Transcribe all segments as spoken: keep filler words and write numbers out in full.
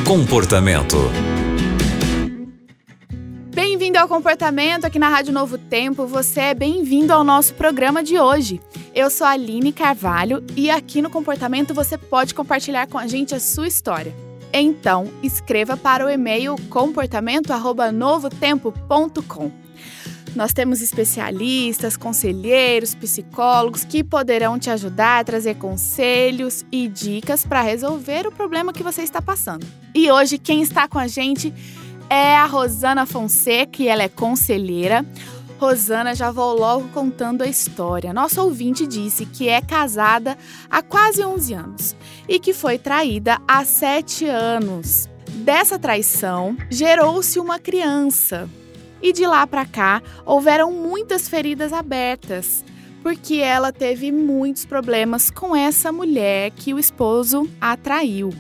Comportamento. Bem-vindo ao Comportamento aqui na Rádio Novo Tempo. Você é bem-vindo ao nosso programa de hoje. Eu sou a Aline Carvalho e aqui no Comportamento você pode compartilhar com a gente a sua história. Então, escreva para o e-mail comportamento arroba novotempo ponto com. Nós temos especialistas, conselheiros, psicólogos que poderão te ajudar a trazer conselhos e dicas para resolver o problema que você está passando. E hoje quem está com a gente é a Rosana Fonseca e ela é conselheira. Rosana, já vou logo contando a história. Nossa ouvinte disse que é casada há quase onze anos e que foi traída há sete anos. Dessa traição, gerou-se uma criança. E de lá para cá, houveram muitas feridas abertas, porque ela teve muitos problemas com essa mulher que o esposo a traiu.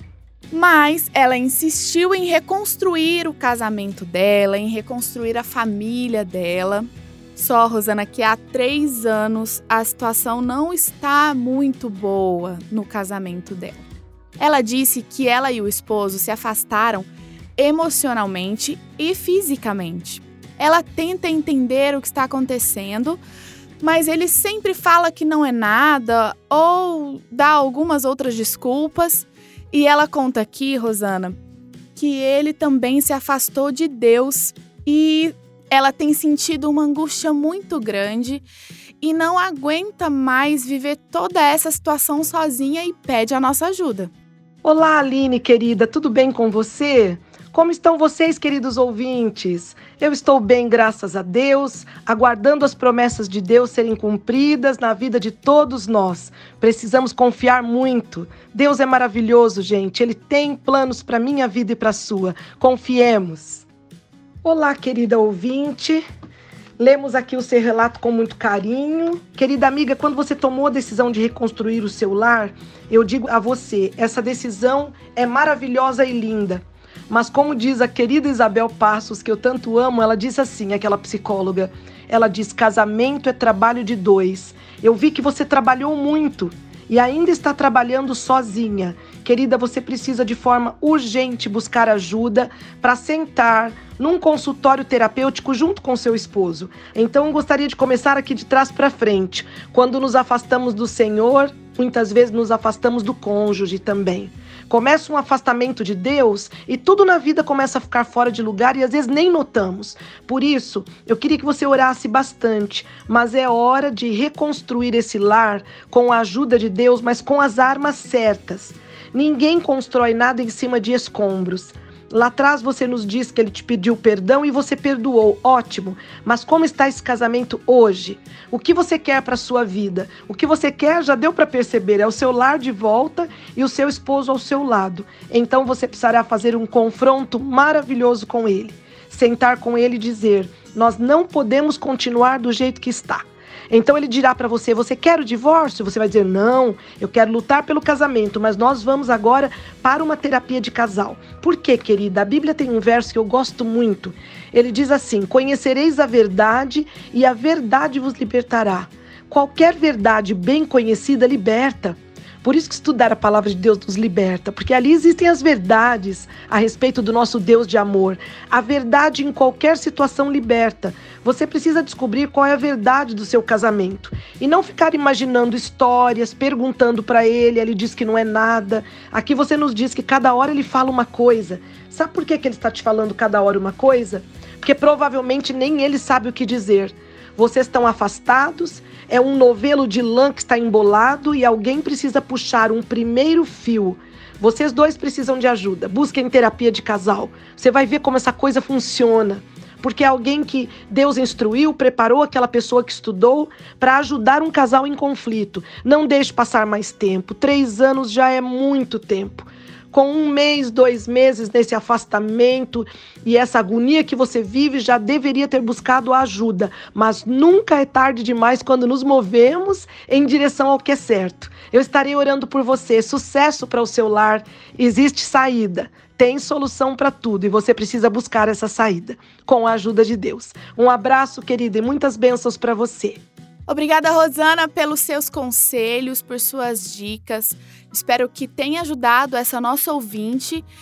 Mas ela insistiu em reconstruir o casamento dela, em reconstruir a família dela. Só, Rosana, que há três anos a situação não está muito boa no casamento dela. Ela disse que ela e o esposo se afastaram emocionalmente e fisicamente. Ela tenta entender o que está acontecendo, mas ele sempre fala que não é nada ou dá algumas outras desculpas. E ela conta aqui, Rosana, que ele também se afastou de Deus e ela tem sentido uma angústia muito grande e não aguenta mais viver toda essa situação sozinha e pede a nossa ajuda. Olá, Aline, querida, tudo bem com você? Como estão vocês, queridos ouvintes? Eu estou bem, graças a Deus, aguardando as promessas de Deus serem cumpridas na vida de todos nós. Precisamos confiar muito. Deus é maravilhoso, gente. Ele tem planos para a minha vida e para a sua. Confiemos. Olá, querida ouvinte. Lemos aqui o seu relato com muito carinho. Querida amiga, quando você tomou a decisão de reconstruir o seu lar, eu digo a você, essa decisão é maravilhosa e linda. Mas como diz a querida Isabel Passos, que eu tanto amo, ela disse assim, aquela psicóloga, ela diz, casamento é trabalho de dois. Eu vi que você trabalhou muito e ainda está trabalhando sozinha. Querida, você precisa de forma urgente buscar ajuda para sentar num consultório terapêutico junto com seu esposo. Então, eu gostaria de começar aqui de trás para frente. Quando nos afastamos do Senhor, muitas vezes nos afastamos do cônjuge também. Começa um afastamento de Deus e tudo na vida começa a ficar fora de lugar e às vezes nem notamos. Por isso, eu queria que você orasse bastante, mas é hora de reconstruir esse lar com a ajuda de Deus, mas com as armas certas. Ninguém constrói nada em cima de escombros. Lá atrás você nos disse que ele te pediu perdão e você perdoou, ótimo. Mas como está esse casamento hoje? O que você quer para a sua vida? O que você quer já deu para perceber, é o seu lar de volta e o seu esposo ao seu lado. Então você precisará fazer um confronto maravilhoso com ele. Sentar com ele e dizer, nós não podemos continuar do jeito que está. Então ele dirá para você, você quer o divórcio? Você vai dizer, não, eu quero lutar pelo casamento, mas nós vamos agora para uma terapia de casal. Por quê, querida? A Bíblia tem um verso que eu gosto muito. Ele diz assim, conhecereis a verdade e a verdade vos libertará. Qualquer verdade bem conhecida liberta. Por isso que estudar a palavra de Deus nos liberta, porque ali existem as verdades a respeito do nosso Deus de amor. A verdade em qualquer situação liberta. Você precisa descobrir qual é a verdade do seu casamento e não ficar imaginando histórias, perguntando para ele, ele diz que não é nada. Aqui você nos diz que cada hora ele fala uma coisa. Sabe por que que ele está te falando cada hora uma coisa? Porque provavelmente nem ele sabe o que dizer. Vocês estão afastados, é um novelo de lã que está embolado e alguém precisa puxar um primeiro fio. Vocês dois precisam de ajuda, busquem terapia de casal. Você vai ver como essa coisa funciona. Porque é alguém que Deus instruiu, preparou aquela pessoa que estudou para ajudar um casal em conflito. Não deixe passar mais tempo, três anos já é muito tempo. Com um mês, dois meses nesse afastamento e essa agonia que você vive, já deveria ter buscado ajuda. Mas nunca é tarde demais quando nos movemos em direção ao que é certo. Eu estarei orando por você. Sucesso para o seu lar. Existe saída. Tem solução para tudo e você precisa buscar essa saída com a ajuda de Deus. Um abraço, querida, e muitas bênçãos para você. Obrigada, Rosana, pelos seus conselhos, por suas dicas. Espero que tenha ajudado essa nossa ouvinte.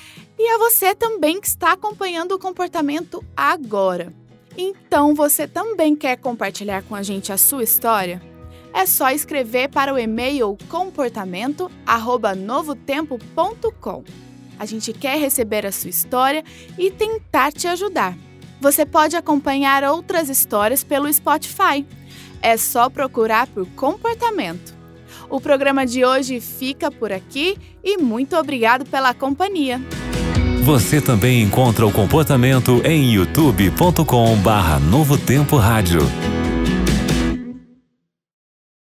E a você também que está acompanhando o comportamento agora. Então, você também quer compartilhar com a gente a sua história? É só escrever para o e-mail comportamento arroba novotempo ponto com. A gente quer receber a sua história e tentar te ajudar. Você pode acompanhar outras histórias pelo Spotify. É só procurar por comportamento. O programa de hoje fica por aqui e muito obrigado pela companhia. Você também encontra o comportamento em youtube ponto com barra Novo Tempo Rádio.